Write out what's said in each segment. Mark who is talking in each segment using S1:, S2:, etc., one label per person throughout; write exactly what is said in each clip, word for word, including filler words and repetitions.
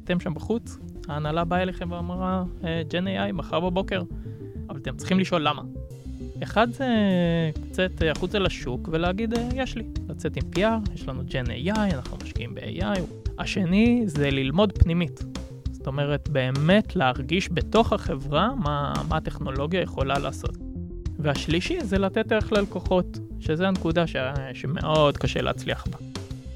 S1: אתם שם בחוץ, ההנהלה באה אליכם ואמרה, ג'ן איי איי, מחר בבוקר. אבל אתם צריכים לשאול למה. אחד זה לצאת החוצה לשוק ולהגיד, יש לי. לצאת עם פי אר, יש לנו ג'ן איי איי, אנחנו משקיעים ב-איי איי. השני זה ללמוד פנימית. זאת אומרת, באמת להרגיש בתוך החברה מה, מה הטכנולוגיה יכולה לעשות. והשלישי זה לתת ערך ללקוחות, שזה הנקודה ש... שמאוד קשה להצליח בה.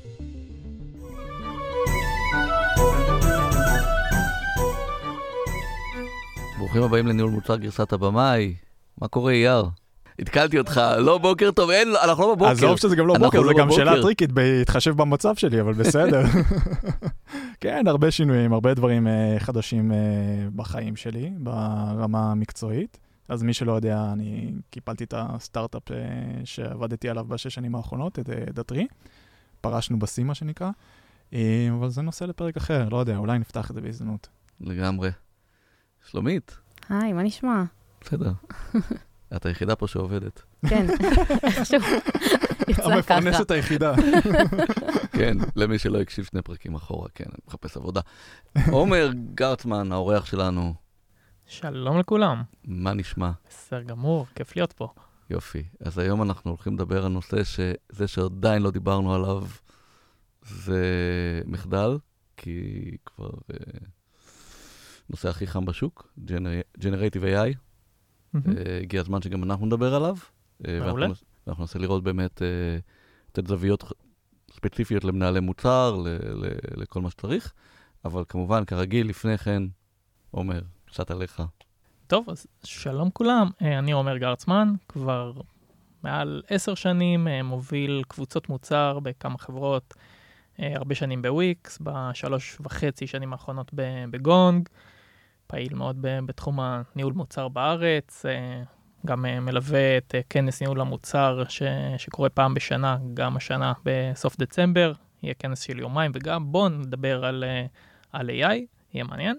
S2: ברוכים הבאים לניהול מוצר גרסת הבמאי. מה קורה, אייר? התקלתי אותך, לא בוקר טוב, אין, אנחנו לא בבוקר.
S3: עזוב שזה גם לא בוקר, זה גם שאלה טריקית בהתחשב במצב שלי, אבל בסדר. כן, הרבה שינויים, הרבה דברים חדשים בחיים שלי, ברמה המקצועית. אז מי שלא יודע, אני קיפלתי את הסטארט-אפ שעבדתי עליו בשש שנים האחרונות, את דאטרי. פרשנו בסי, מה שנקרא. אבל זה נושא לפרק אחר, לא יודע, אולי נפתח את זה בהזדמנות.
S2: לגמרי. שלומית.
S4: היי, מה נשמע?
S2: בסדר. את היחידה פה שעובדת.
S4: כן, איכשהו יצא ככה.
S3: המפרנסת היחידה.
S2: כן, למי שלא הקשיב שני פרקים אחורה, כן, אני מחפש עבודה. עומר גרטמן, האורח שלנו.
S1: שלום לכולם.
S2: מה נשמע?
S1: בסדר גמור, כיף להיות פה.
S2: יופי. אז היום אנחנו הולכים לדבר על נושא שזה שעדיין לא דיברנו עליו, זה מחדל, כי כבר נושא הכי חם בשוק, Generative איי איי. הגיע הזמן שגם אנחנו נדבר עליו.
S1: מעולה.
S2: ואנחנו ננסה לראות באמת את זוויות ספציפיות למנהלי מוצר, לכל מה שצריך. אבל כמובן, כרגיל, לפני כן, עומר, קצת עליך.
S1: טוב, אז שלום כולם. אני עומר גרצמן, כבר מעל עשר שנים מוביל קבוצות מוצר בכמה חברות, הרבה שנים בוויקס, בשלוש וחצי שנים האחרונות בגונג, פעיל מאוד בתחום הניהול מוצר בארץ, גם מלווה את כנס ניהול המוצר ש, שקורה פעם בשנה, גם השנה בסוף דצמבר, יהיה כנס של יומיים, וגם בואו נדבר על, על איי איי, יהיה מעניין.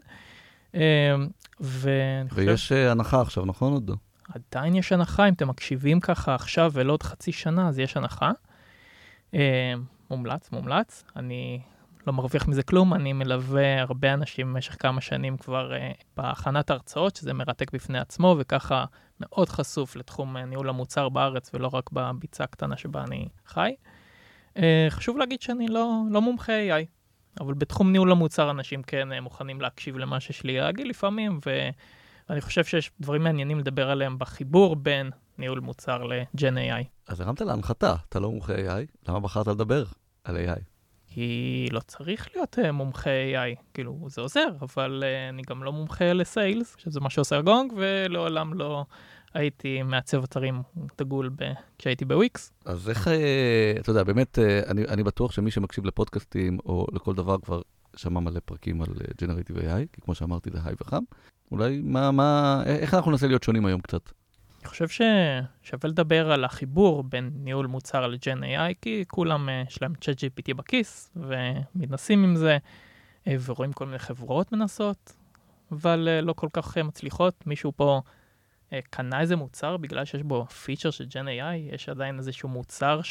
S1: ואני חושב...
S2: ויש הנחה עכשיו, נכון עוד?
S1: עדיין יש הנחה, אם אתם מקשיבים ככה עכשיו ולא עוד חצי שנה, אז יש הנחה. מומלץ, מומלץ. אני לא מרוויח מזה כלום, אני מלווה הרבה אנשים במשך כמה שנים כבר uh, בהכנת הרצאות, שזה מרתק בפני עצמו, וככה מאוד חשוף לתחום uh, ניהול המוצר בארץ, ולא רק בביצה הקטנה שבה אני חי. Uh, חשוב להגיד שאני לא, לא מומחה איי איי, אבל בתחום ניהול המוצר אנשים כן uh, מוכנים להקשיב למה שיש לי להגיד לפעמים, ואני חושב שיש דברים מעניינים לדבר עליהם בחיבור בין ניהול מוצר לג'ן איי איי.
S2: אז הרמת להנחתה, אתה לא מומחה איי איי, למה בחרת לדבר על איי איי?
S1: כי לא צריך להיות uh, מומחה איי איי, כאילו זה עוזר, אבל uh, אני גם לא מומחה לסיילס, שזה מה שעושה גונג, ולעולם לא הייתי מעצב אתרים דגול ב... כשהייתי בוויקס.
S2: אז איך, uh, אתה יודע, באמת, uh, אני, אני בטוח שמי שמקשיב לפודקאסטים או לכל דבר כבר שמע מלא פרקים על uh, Generative איי איי, כי כמו שאמרתי זה היי וחם. אולי מה, מה, איך אנחנו ננסה להיות שונים היום קצת?
S1: אני חושב ששווה לדבר על החיבור בין ניהול מוצר לג'ן איי איי, כי כולם יש להם צ'אט ג'י פי טי בכיס, ומתנסים עם זה, ורואים כל מיני חברות מנסות, אבל לא כל כך מצליחות. מישהו פה קנה איזה מוצר בגלל שיש בו פיצ'ר של ג'ן איי איי, יש עדיין איזשהו מוצר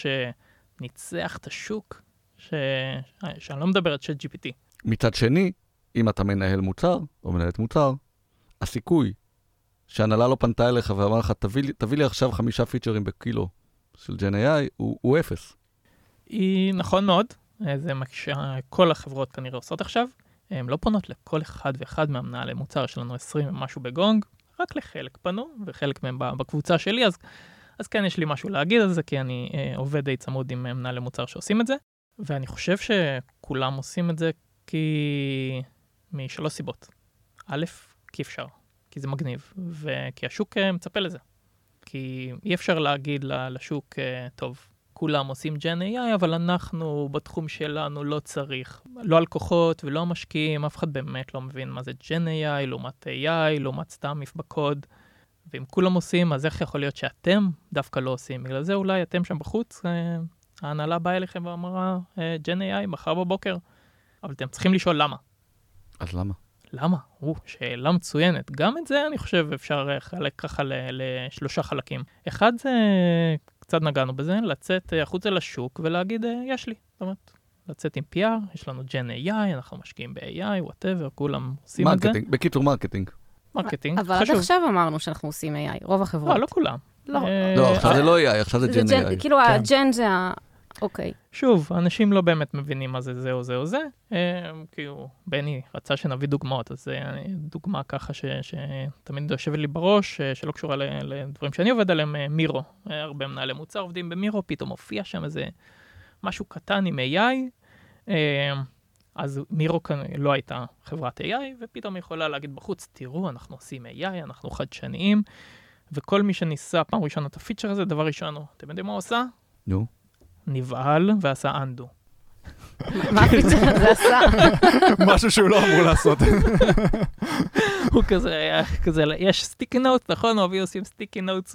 S1: שניצח את השוק, ש... שאני לא מדבר על צ'אט ג'י פי טי.
S2: מצד שני, אם אתה מנהל מוצר, או מנהלת מוצר, הסיכוי שהנהלה לא פנתה אליך ואמר לך, תביא לי, תביא לי עכשיו חמישה פיצ'רים בקילו של ג'ן איי איי, הוא, הוא אפס.
S1: היא נכון מאוד, זה מה שכל החברות כנראה עושות עכשיו. הן לא פונות לכל אחד ואחד מהמנהלי מוצר, יש לנו עשרים ומשהו בגונג, רק לחלק פנו, וחלק מהם בקבוצה שלי, אז, אז כן יש לי משהו להגיד על זה, כי אני אה, עובד די צמוד עם מנהלי מוצר שעושים את זה, ואני חושב שכולם עושים את זה כי... משלוש סיבות. א', כי אפשר. כי זה מגניב, וכי השוק מצפה לזה. כי אי אפשר להגיד לשוק, טוב, כולם עושים ג'ן איי איי, אבל אנחנו בתחום שלנו לא צריך. לא הלקוחות ולא המשקיעים, אף אחד באמת לא מבין מה זה ג'ן איי איי, לעומת איי איי, לעומת סתם if בקוד. ואם כולם עושים, אז איך יכול להיות שאתם דווקא לא עושים? בגלל זה אולי אתם שם בחוץ, ההנהלה באה אליכם ואמרה, ג'ן איי איי, מחר בבוקר. אבל אתם צריכים לשאול למה.
S2: אז למה?
S1: למה? או, שאלה מצוינת. גם את זה אני חושב אפשר לחלק ככה לשלושה חלקים. אחד זה, קצת נגענו בזה, לצאת החוצה לשוק ולהגיד, יש לי. זאת אומרת, לצאת עם פי אר, יש לנו ג'ן איי איי, אנחנו משקיעים ב-איי איי, whatever, כולם עושים את זה.
S2: מרקטינג, בקיצור מרקטינג.
S1: מרקטינג,
S4: אבל עד עכשיו אמרנו שאנחנו עושים איי איי, רוב החברות.
S1: לא, לא כולם.
S4: לא.
S2: לא, עכשיו זה לא איי איי, עכשיו זה ג'ן איי איי.
S4: כאילו הג'ן זה ה... אוקיי.
S1: שוב, אנשים לא באמת מבינים מה זה זה או זה או זה. כאילו, בני רצה שנביא דוגמאות, אז זה דוגמה ככה שתמיד יושבת לי בראש, שלא קשורה לדברים שאני עובד עליהם, מירו. הרבה מנהלי מוצר עובדים במירו, פתאום הופיע שם איזה משהו קטן עם איי איי, אז מירו כאן לא הייתה חברת איי איי, ופתאום היא יכולה להגיד בחוץ, תראו, אנחנו עושים איי איי, אנחנו חדשניים, וכל מי שניסה פעם ראשונה את הפיצ'ר הזה, דבר ראשון, אתם יודעים מה הוא עושה?
S2: נו.
S1: נבעל ועשה אנדו.
S4: מה הפיצ'ר הזה עשה?
S3: משהו שהוא לא אמור לעשות.
S1: הוא כזה, כזה, יש סטיקי נוטס, נכון? אוהבים עושים סטיקי נוטס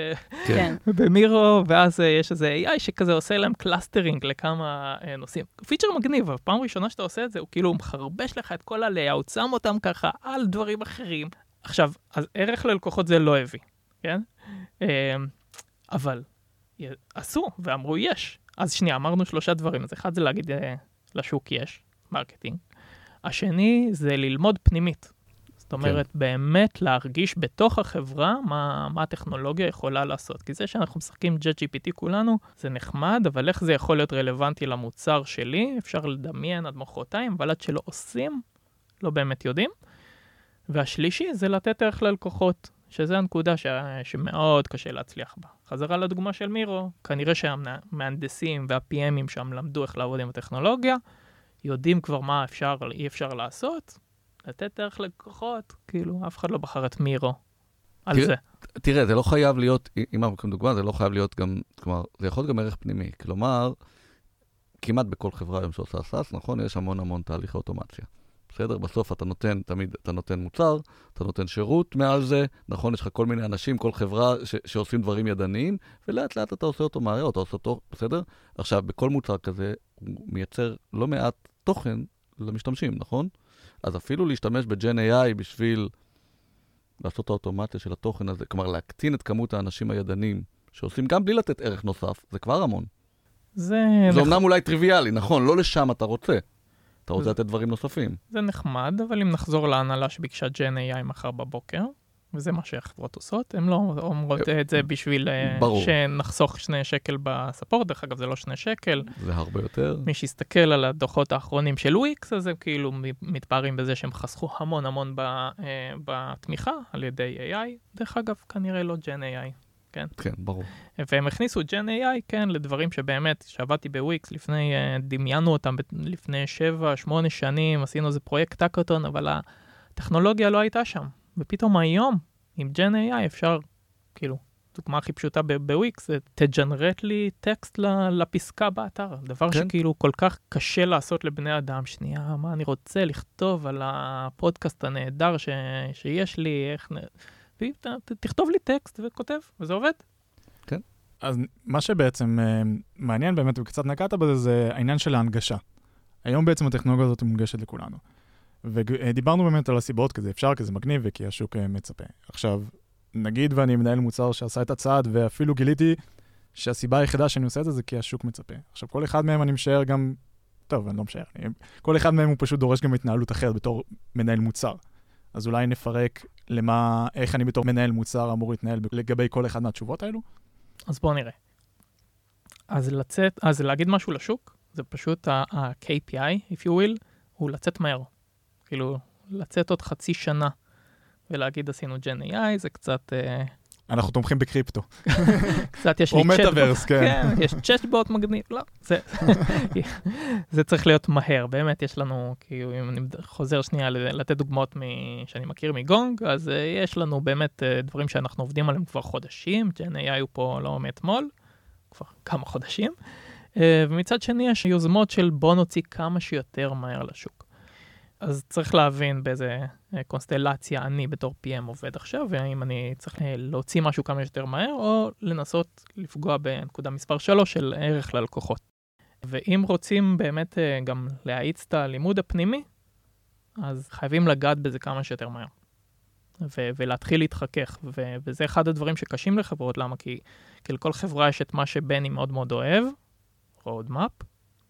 S1: במירו, ואז יש איזה איי איי שכזה עושה להם קלאסטרינג לכמה נושאים. פיצ'ר מגניב, אבל פעם ראשונה שאתה עושה את זה, הוא כאילו מחרבש לך את כל הלייאוט, שם אותם ככה על דברים אחרים. עכשיו, אז ערך ללקוחות זה לא הביא, כן? אבל עשו, ואמרו יש. אז שנייה, אמרנו שלושה דברים. אז אחד זה להגיד לשוק יש, מרקטינג. השני זה ללמוד פנימית. זאת אומרת, כן. באמת להרגיש בתוך החברה מה, מה הטכנולוגיה יכולה לעשות. כי זה שאנחנו משחקים ג'אט ג'י פי טי כולנו, זה נחמד, אבל איך זה יכול להיות רלוונטי למוצר שלי? אפשר לדמיין עד מחרתיים, אבל עד שלא עושים, לא באמת יודעים. והשלישי זה לתת ערך ללקוחות. שזה הנקודה ש... שמאוד קשה להצליח בה. חזרה לדוגמה של מירו, כנראה שהמהנדסים וה-פי אמים שם למדו איך לעבוד עם הטכנולוגיה, יודעים כבר מה אפשר, אי אפשר לעשות, לתת ערך לקוחות, כאילו, אף אחד לא בחר את מירו על
S2: תראה,
S1: זה.
S2: תראה, זה לא חייב להיות, אם אנחנו דוגמה, זה לא חייב להיות גם, כלומר, זה יכול להיות גם ערך פנימי. כלומר, כמעט בכל חברה היום שעושה סאס, נכון, יש המון המון תהליכי אוטומציה. בסדר? בסוף אתה נותן, תמיד אתה נותן מוצר, אתה נותן שירות מעל זה, נכון? יש לך כל מיני אנשים, כל חברה ש- שעושים דברים ידניים, ולאט לאט אתה עושה אותו מהר, אתה עושה אותו, בסדר? עכשיו, בכל מוצר כזה, הוא מייצר לא מעט תוכן למשתמשים, נכון? אז אפילו להשתמש בג'ן איי איי בשביל לעשות את האוטומציה של התוכן הזה, כלומר, להקטין את כמות האנשים הידניים, שעושים גם בלי לתת ערך נוסף, זה כבר המון.
S1: זה...
S2: זה אומנם אולי טריוויאלי, נכון? לא לשם אתה רוצה. אתה רוצה לתת דברים נוספים.
S1: זה נחמד, אבל אם נחזור להנהלה שביקשה ג'ן איי איי מחר בבוקר, וזה מה שהחברות עושות, הן לא אומרות את זה בשביל שנחסוך שני שקל בספורט, דרך אגב זה לא שני שקל.
S2: זה הרבה יותר.
S1: מי שיסתכל על הדוחות האחרונים של וויקס, אז הם כאילו מתפארים בזה שהם חסכו המון המון בתמיכה על ידי איי איי, דרך אגב כנראה לא ג'ן איי איי. כן.
S2: כן, ברור.
S1: והם הכניסו ג'ן איי איי, כן, לדברים שבאמת, שעבדתי בוויקס, לפני, דמיינו אותם לפני שבע, שמונה שנים, עשינו איזה פרויקט טאקוטון, אבל הטכנולוגיה לא הייתה שם. ופתאום היום, עם ג'ן איי איי, אפשר, כאילו, דוגמה הכי פשוטה בוויקס, זה תג'נרט לי טקסט לפסקה באתר. דבר כן. שכאילו כל כך קשה לעשות לבני אדם. שנייה, מה אני רוצה לכתוב על הפודקאסט הנהדר ש... שיש לי, איך... תכתוב לי טקסט וכותב, וזה עובד.
S3: כן. אז מה שבעצם מעניין באמת, וקצת נגעת בזה, זה העניין של ההנגשה. היום בעצם הטכנולוגיה הזאת מונגשת לכולנו. ודיברנו באמת על הסיבות, כי זה אפשר, כי זה מגניב, וכי השוק מצפה. עכשיו, נגיד ואני מנהל מוצר שעשה את הצעד, ואפילו גיליתי שהסיבה היחידה שאני עושה את זה, זה כי השוק מצפה. עכשיו, כל אחד מהם אני משער גם, טוב, אני לא משער, כל אחד מהם הוא פשוט דורש גם התנהלות אחרת בתור מנהל מוצר. אז אולי נפרק למה, איך אני בתור מנהל מוצר אמור להתנהל לגבי כל אחד מהתשובות האלו?
S1: אז בואו נראה. אז לצאת, אז להגיד משהו לשוק, זה פשוט ה-קיי פי איי, if you will, הוא לצאת מהר. כאילו, לצאת עוד חצי שנה ולהגיד עשינו ג'ן איי איי, זה קצת...
S3: אנחנו תומכים בקריפטו.
S1: קצת יש לי
S3: צ'טבוט. או מטאברס, כן.
S1: כן, יש צ'טבוט מגניב. לא, זה, זה צריך להיות מהר. באמת יש לנו, כאילו, אם אני חוזר שנייה לתת דוגמאות שאני מכיר מגונג, אז יש לנו באמת דברים שאנחנו עובדים עליהם כבר חודשים. ג'ן איי איי הוא פה לא מאתמול, כבר כמה חודשים. ומצד שני יש יוזמות של בוא נוציא כמה שיותר מהר לשוק. אז צריך להבין באיזה קונסטלציה אני בתור פי אם עובד עכשיו, והאם אני צריך להוציא משהו כמה שיותר מהר, או לנסות לפגוע בנקודה מספר שלוש של ערך ללקוחות. ואם רוצים באמת גם להאיץ את הלימוד הפנימי, אז חייבים לגעת בזה כמה שיותר מהר. ו- ולהתחיל להתחכך, ו- וזה אחד הדברים שקשים לחברות, למה? כי, כי לכל חברה יש את מה שבני מאוד מאוד אוהב, roadmap,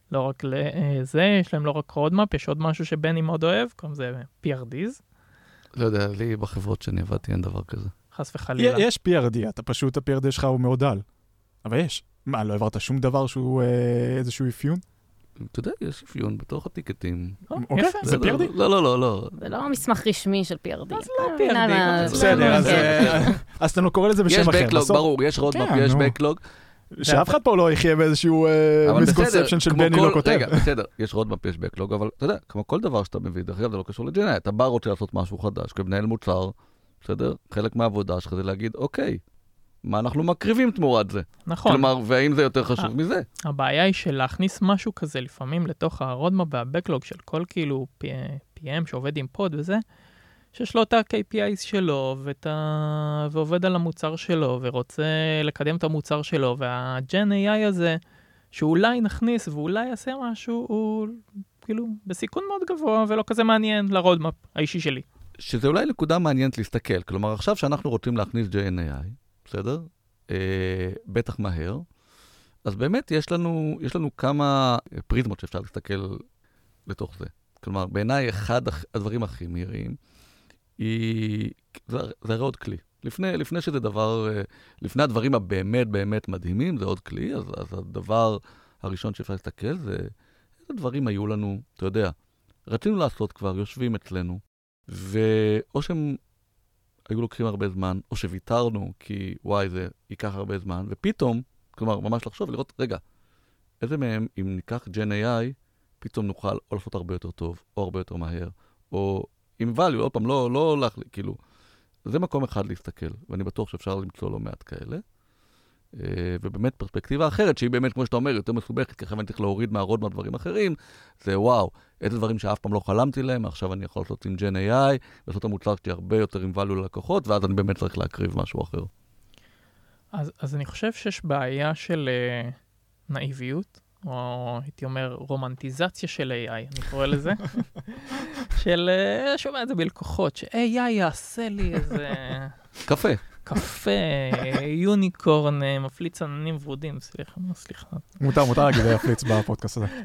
S1: לא רק לזה, יש להם לא רק רודמאפ, יש עוד משהו שבני מאוד אוהב, קוראים זה פי אר דיז.
S2: לא יודע, לי בחברות שאני עבדתי אין דבר כזה.
S1: חס וחלילה.
S3: יש פי אר די, אתה פשוט, ה-פי אר די שלך הוא מאוד דל. אבל יש. מה, לא העברת שום דבר שהוא אה, איזשהו אפיון?
S2: אתה יודע, יש אפיון בתוך הטיקטים.
S3: אוקיי,
S1: יפה.
S3: זה פי אר די?
S2: לא, לא, לא, לא.
S4: זה לא מסמך רשמי של פי אר די.
S1: אז לא פי אר די.
S3: בסדר, אז, אז אתה קורא לזה בשם
S2: יש
S3: אחר.
S2: בקלוג,
S3: בסוף-
S2: ברור, יש רודמאפ,
S3: כן,
S2: יש
S3: נו.
S2: בקלוג.
S3: שאף אחד פה לא יחיה באיזשהו
S2: אבל
S3: מיסקונספשן של
S2: כמו
S3: בני
S2: כל-
S3: לא כותב.
S2: רגע, בסדר, יש רודמאפ, יש בקלוג, אבל אתה יודע, כמו כל דבר שאתה מביא, דרך אגב, זה לא קשור לג'נאי, אתה בא רוצה לעשות משהו חדש, כמנהל מוצר, בסדר? חלק מהעבודה שלך זה להגיד, אוקיי, מה אנחנו מקריבים תמורת זה?
S1: נכון.
S2: כלומר, והאם זה יותר חשוב מזה?
S1: הבעיה היא של להכניס משהו כזה לפעמים לתוך הרודמאפ והבקלוג של כל כאילו פי אם שעובד עם פוד וזה, שיש לו את ה-קיי פי איז שלו ואת ה... ועובד על המוצר שלו ורוצה לקדם את המוצר שלו, וה-Gen איי איי הזה, שאולי נכניס ואולי יעשה משהו, הוא כאילו בסיכון מאוד גבוה ולא כזה מעניין לרודמאפ האישי שלי.
S2: שזה אולי נקודה מעניינת להסתכל. כלומר, עכשיו שאנחנו רוצים להכניס ג'ן איי איי, בסדר? אה, בטח מהר. אז באמת יש לנו, יש לנו כמה פריזמות שאפשר להסתכל לתוך זה. כלומר, בעיניי אחד הדברים הכי מהירים, היא, זה, זה הרי עוד כלי. לפני, לפני שזה דבר, לפני הדברים הבאמת באמת מדהימים, זה עוד כלי, אז, אז הדבר הראשון שאפשר להסתכל זה, איזה דברים היו לנו, אתה יודע, רצינו לעשות כבר, יושבים אצלנו, ואו שהם היו לוקחים הרבה זמן, או שוויתרנו, כי וואי, זה ייקח הרבה זמן, ופתאום, כלומר, ממש לחשוב ולראות, רגע, איזה מהם, אם ניקח ג'ן איי איי, פתאום נוכל או לעשות הרבה יותר טוב, או הרבה יותר מהר, או עם value, עוד פעם, לא, לא להחליט, כאילו, זה מקום אחד להסתכל, ואני בטוח שאפשר למצוא לא מעט כאלה. ובאמת פרספקטיבה אחרת, שהיא באמת, כמו שאתה אומר, יותר מסובכת, כי אחרי אני צריך להוריד מהרודמאפ דברים אחרים, זה וואו, איזה דברים שאף פעם לא חלמתי להם, עכשיו אני יכול לעשות עם ג'ן איי איי, לעשות את המוצר שלי הרבה יותר עם value ללקוחות, ואז אני באמת צריך להקריב משהו אחר.
S1: אז, אז אני חושב שיש בעיה של uh, נאיביות, או הייתי אומר רומנטיזציה של איי איי, אני קורא לזה, של, uh, שומע את זה בלקוחות, ש-איי איי יעשה לי איזה...
S2: קפה.
S1: קפה, יוניקורן, מפליץ עננים ורודים, סליחה, סליחה.
S3: מותר, מותר להגיד להפליץ בפודקאסט הזה.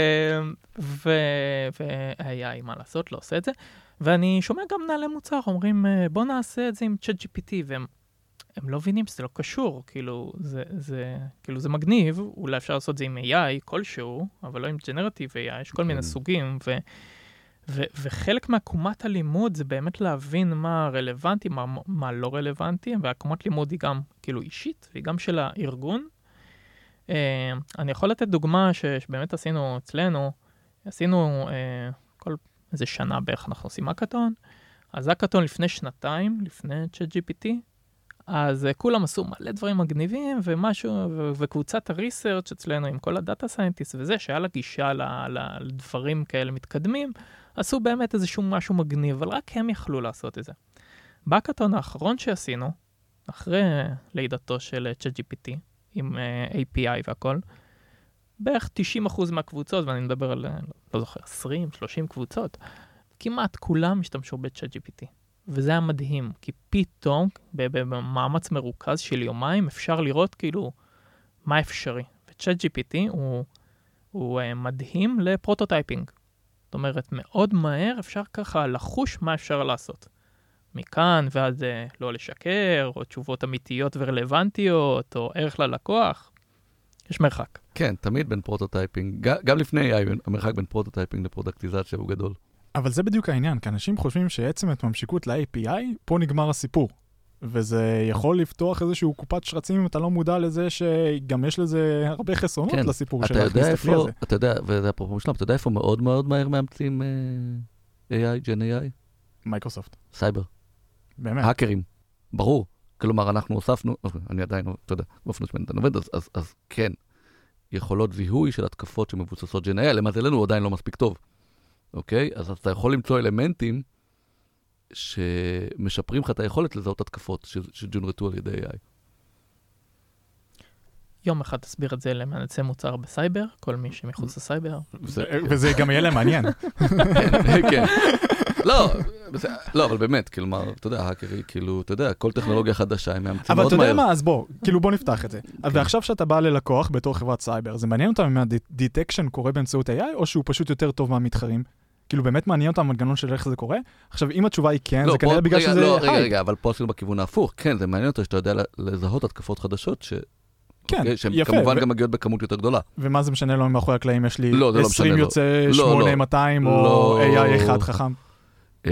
S1: ו-איי איי, מה לעשות, לא עושה את זה. ואני שומע גם מנהלי מוצר, אומרים, בוא נעשה את זה עם צ'אט ג'י פי טי, והם לא מבינים שזה לא קשור, כאילו זה, זה, כאילו זה מגניב, אולי אפשר לעשות את זה עם איי איי כלשהו, אבל לא עם ג'נרטיב איי איי, יש כל מיני סוגים, ו... ו- וחלק מהקומת הלימוד זה באמת להבין מה רלוונטי, מה, מה לא רלוונטי, והקומת לימוד היא גם כאילו אישית, והיא גם של הארגון. Uh, אני יכול לתת דוגמה ש- שבאמת עשינו אצלנו, עשינו uh, כל איזה שנה בערך אנחנו עושים אקאטון, אז אקאטון לפני שנתיים, לפני צ'אט ג'י פי טי, אז uh, כולם עשו מלא דברים מגניבים, ומשהו, ו- וקבוצת הריסרצ' אצלנו עם כל הדאטה סיינטיסט וזה, שהיה לה גישה ל- ל- לדברים כאלה מתקדמים, עשו באמת איזשהו משהו מגניב, אבל רק הם יכלו לעשות את זה. בהאקתון האחרון שעשינו, אחרי לידתו של צ'אט ג'י פי טי, עם uh, איי פי איי והכל, בערך תשעים אחוז מהקבוצות, ואני מדבר על, לא זוכר, עשרים שלושים קבוצות, כמעט כולם השתמשו בצ'אט ג'י פי טי. וזה היה מדהים, כי פתאום, במאמץ מרוכז של יומיים, אפשר לראות כאילו מה אפשרי. וצ'אט ג'י פי טי הוא, הוא uh, מדהים לפרוטוטייפינג. זאת אומרת, מאוד מהר אפשר ככה לחוש מה אפשר לעשות. מכאן ועד אה, לא לשקר, או תשובות אמיתיות ורלוונטיות, או ערך ללקוח, יש מרחק.
S2: כן, תמיד בין פרוטוטייפינג, גם לפני איי איי, המרחק בין פרוטוטייפינג לפרודקטיזציה הוא גדול. אבל
S3: זה בדיוק העניין, כי אנשים חושבים שעצם את ממשיקות ל-איי פי איי, פה נגמר הסיפור. וזה יכול לפתוח איזשהו קופת שרצים אם אתה לא מודע לזה שגם יש לזה הרבה חסרונות כן, לסיפור של להכניס את הכלי הזה.
S2: אתה יודע, וזה אפרופו משלם, אתה יודע איפה מאוד מאוד מהר מאמצים איי איי, ג'ן איי איי?
S3: מייקרוסופט.
S2: סייבר.
S3: באמת.
S2: האקרים. ברור. כלומר, אנחנו הוספנו, אני עדיין, אתה יודע, באופן שמנת אני עובד, אז, אז, אז כן, יכולות זיהוי של התקפות שמבוססות ג'ן איי איי, למזלנו הוא עדיין לא מספיק טוב. אוקיי? אז אתה יכול למצוא אלמנטים שמשפרים לך את היכולת לזהות התקפות שג'ונרטו על ידי איי איי.
S1: יום אחד תסביר את זה למהנדסי מוצר בסייבר, כל מי שמחוץ לסייבר.
S3: וזה גם יהיה להם מעניין.
S2: כן, כן. לא, לא, אבל באמת, כלומר, אתה יודע, האקרי, כאילו, אתה יודע, כל טכנולוגיה חדשה, הם מאמצים מאוד
S3: אבל
S2: מהר.
S3: אתה יודע מה, אז בוא, כאילו בוא נפתח את זה. ועכשיו שאתה בא ללקוח בתור חברת סייבר, זה מעניין אותם אם הדיטקשן קורה באמצעות איי איי, או שהוא פשוט יותר טוב מהמתחרים? כאילו באמת מעניין אותם המנגנון של איך זה קורה? עכשיו, אם התשובה היא כן, זה כנראה בגלל שזה...
S2: לא, רגע, רגע, אבל פה עשינו בכיוון ההפוך. כן, זה מעניין אותו שאתה יודע לזהות התקפות חדשות ש...
S3: כן,
S2: שהן
S3: יפה.
S2: כמובן גם מגיעות בכמות יותר גדולה.
S3: ומה זה משנה לו אם מאחורי הקלעים יש לי
S2: לא, זה לא משנה
S3: עשרים
S2: לו.
S3: יוצא
S2: לא,
S3: שמונה
S2: לא.
S3: מאתיים
S2: לא.
S3: או איי איי אחד חכם?
S2: אה,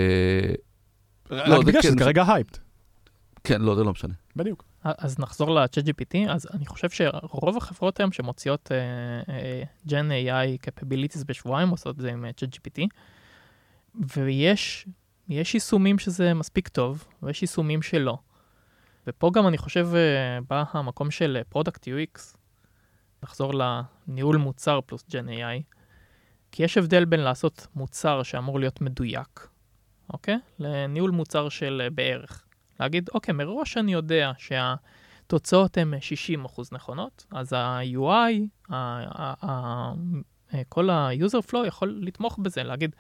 S3: רק
S2: זה
S3: בגלל
S2: כן,
S3: שזה כרגע הייפט.
S2: כן, לא, זה לא משנה.
S3: בדיוק.
S1: אז נחזור ל-צ'אט ג'י פי טי, אז אני חושב שרוב החברות היום שמוציאות ג'ן איי איי capabilities בשבועיים עושות את זה עם צ'אט ג'י פי טי, ויש יש יישומים שזה מספיק טוב, ויש יישומים שלא. ופה גם אני חושב בא המקום של פרודקט יו אקס, נחזור לניהול מוצר פלוס ג'ן איי איי, כי יש הבדל בין לעשות מוצר שאמור להיות מדויק, אוקיי? לניהול מוצר של בערך. להגיד, אוקיי, מראש אני יודע שהתוצאות הן שישים אחוז נכונות, אז ה-יו איי, ה- ה- ה- כל ה-user flow יכול לתמוך בזה, להגיד,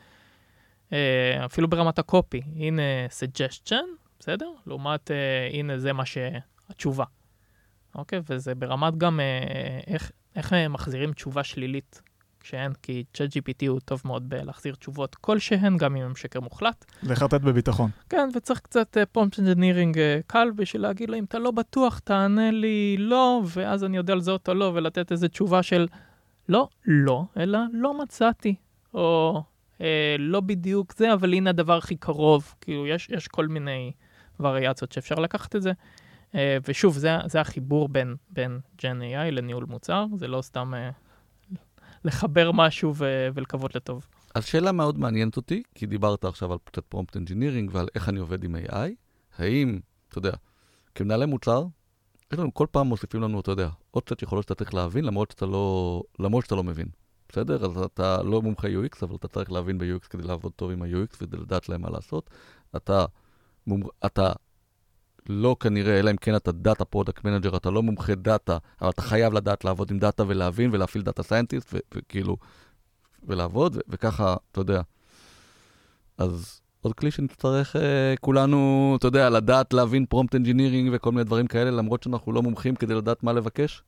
S1: אפילו ברמת הקופי, הנה suggestion, בסדר? לעומת, הנה זה מה שהתשובה. אוקיי? וזה ברמת גם איך, איך מחזירים תשובה שלילית כשהן, כי צ'אט ג'י פי טי הוא טוב מאוד בלהחזיר תשובות כלשהן, גם אם הם שקר מוחלט.
S3: לחרטט בביטחון.
S1: כן, וצריך קצת פרומפט אנג'ינירינג קל בשביל להגיד לו, אם אתה לא בטוח, תענה לי לא, ואז אני יודע לזהות או לא, ולתת איזו תשובה של לא, לא, אלא לא מצאתי, או אה, לא בדיוק זה, אבל הנה הדבר הכי קרוב, כאילו יש, יש כל מיני וריאציות שאפשר לקחת את זה, אה, ושוב, זה, זה החיבור בין, בין ג'ן איי איי לניהול מוצר, זה לא סתם אה, לחבר משהו ו- ולקוות לטוב.
S2: אז שאלה מאוד מעניינת אותי, כי דיברת עכשיו על קצת פרומפט אנג'ינירינג ועל איך אני עובד עם איי איי. האם, אתה יודע, כמנהלי מוצר, יש לנו כל פעם מוסיפים לנו, אתה יודע, עוד קצת יכולות שאתה צריך להבין, למרות שאתה לא, למרות שאתה לא מבין. בסדר? אז אתה לא מומחה יו אקס, אבל אתה צריך להבין ב-יו אקס כדי לעבוד טוב עם ה-יו אקס וכדי לדעת להם מה לעשות. אתה, מומ... אתה לא כנראה, אלא אם כן אתה דאטה פרודקט מנג'ר, אתה לא מומחה דאטה, אבל אתה חייב לדעת לעבוד עם דאטה ולהבין ולהפעיל דאטה סיינטיסט וכאילו, ולעבוד, ו- וככה, אתה יודע. אז עוד כלי שנצטרך אה, כולנו, אתה יודע, לדעת להבין פרומפט אנג'ינירינג וכל מיני דברים כאלה, למרות שאנחנו לא מומחים כדי לדעת מה לבקש.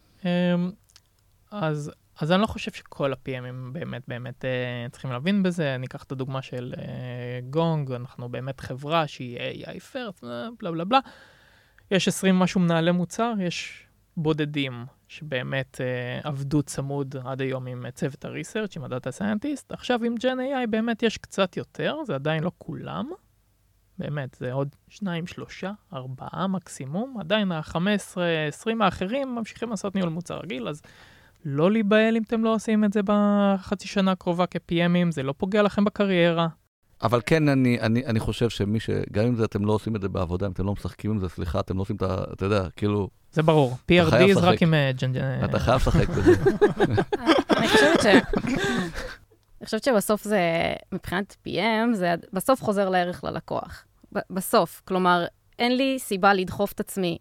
S1: אז, אז אני לא חושב שכל ה-פי אמים באמת באמת אה, צריכים להבין בזה. אני אקח את הדוגמה של אה, גונג, אנחנו באמת חברה שהיא איי איי first, בלה בלה בלה. יש עשרים משהו מנהלי מוצר, יש בודדים שבאמת אה, עבדו צמוד עד היום עם צוות הריסרצ' עם הדאטה סיינטיסט. עכשיו עם ג'ן איי איי באמת יש קצת יותר, זה עדיין לא כולם. באמת, זה עוד שניים, שלושה, ארבעה מקסימום. עדיין ה-חמש עשרה, עשרים האחרים ממשיכים לעשות ניהול מוצר רגיל, אז לא להיבהל אם אתם לא עושים את זה בחצי שנה הקרובה כ-פי אמים, זה לא פוגע לכם בקריירה.
S2: אבל כן, אני, אני, אני חושב שמי ש... גם אם זה אתם לא עושים את זה בעבודה, אם אתם לא משחקים עם זה, סליחה, אתם לא עושים את ה... אתה יודע, כאילו...
S1: זה ברור. פי אר די זה רק עם ג'ן ג'ן...
S2: אתה חייב לשחק בזה.
S4: אני חושבת ש... אני חושבת שבסוף זה, מבחינת פי אם, זה בסוף חוזר לערך ללקוח. בסוף, כלומר, אין לי סיבה לדחוף את עצמי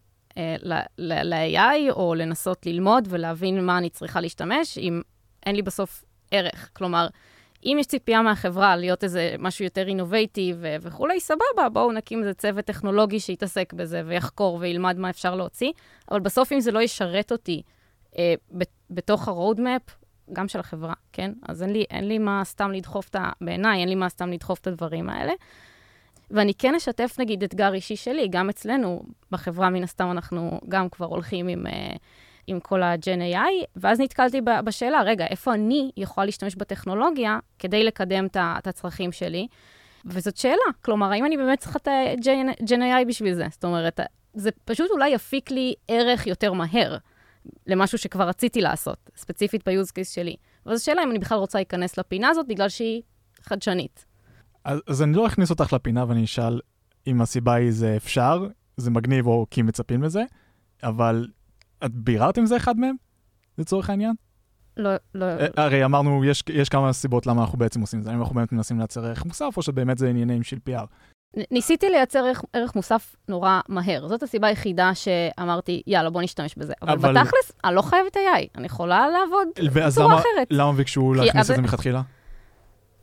S4: ל-איי איי או לנסות ללמוד ולהבין מה אני צריכה להשתמש, אם אין לי בסוף ערך. כלומר, אם יש ציפייה מהחברה להיות איזה משהו יותר אינובייטיב וכולי, סבבה, בואו נקים איזה צוות טכנולוגי שיתעסק בזה ויחקור וילמד מה אפשר להוציא, אבל בסוף אם זה לא ישרת אותי אה, בתוך הרודמפ, גם של החברה, כן? אז אין לי, אין לי מה סתם לדחוף את ה... בעיניי, אין לי מה סתם לדחוף את הדברים האלה. ואני כן אשתף, נגיד, אתגר אישי שלי, גם אצלנו, בחברה, מן הסתם, אנחנו גם כבר הולכים עם, עם כל ה-ג'ן איי איי, ואז נתקלתי בשאלה, רגע, איפה אני יכולה להשתמש בטכנולוגיה כדי לקדם את הצרכים שלי? וזאת שאלה. כלומר, האם אני באמת צריכה את ה-ג'ן איי איי בשביל זה? זאת אומרת, זה פשוט אולי יפיק לי ערך יותר מהר. למשהו שכבר רציתי לעשות, ספציפית ביוז קייס שלי. אבל זו שאלה אם אני בכלל רוצה להיכנס לפינה הזאת, בגלל שהיא חדשנית.
S3: אז, אז אני לא אכניס אותך לפינה ואני אשאל אם הסיבה היא זה אפשר, זה מגניב או כי מצפים לזה, אבל את ביררת עם זה אחד מהם? לצורך העניין?
S4: לא, לא.
S3: הרי אמרנו, יש, יש כמה סיבות למה אנחנו בעצם עושים את זה. האם אנחנו באמת מנסים לייצר ערך מוסף, או שבאמת זה עניינים של פי אר?
S4: ניסיתי לייצר ערך, ערך מוסף נורא מהר. זאת הסיבה היחידה שאמרתי, יאללה, בוא נשתמש בזה. אבל, אבל... בתכלס, אני לא חייבת איי איי. אני יכולה לעבוד בצורה
S3: למה,
S4: אחרת.
S3: למה ביקשו להכניס את זה מלכתחילה?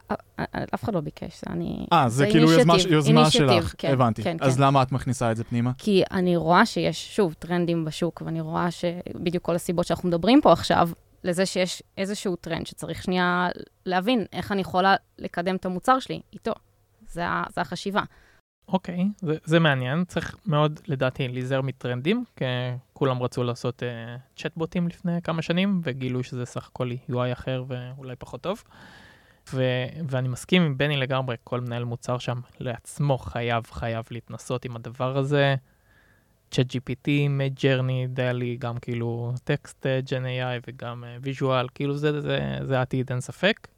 S4: אף אחד לא ביקש, זה אני...
S3: אה, זה כאילו יוזמה שלך, הבנתי. אז למה את מכניסה את זה פנימה?
S4: כי אני רואה שיש, שוב, טרנדים בשוק, ואני רואה שבדיוק כל הסיבות שאנחנו מדברים פה עכשיו, לזה שיש איזשהו טרנד שצריך שנייה להבין איך אני יכולה לקדם את המוצר שלי איתו. זה החשיבה.
S1: אוקיי, זה, זה מעניין. צריך מאוד, לדעתי, להיזהר מטרנדים, כי כולם רצו לעשות uh, צ'טבוטים לפני כמה שנים, וגילו שזה סך הכל יו איי אחר ואולי פחות טוב. ו- ואני מסכים עם בני לגמרי, כל מנהל מוצר שם לעצמו חייב, חייב להתנסות עם הדבר הזה. ChatGPT, Midjourney, דלי, גם כאילו טקסט ג'ן איי איי וגם ויז'ואל, כאילו זה, זה, זה העתיד, אין ספק.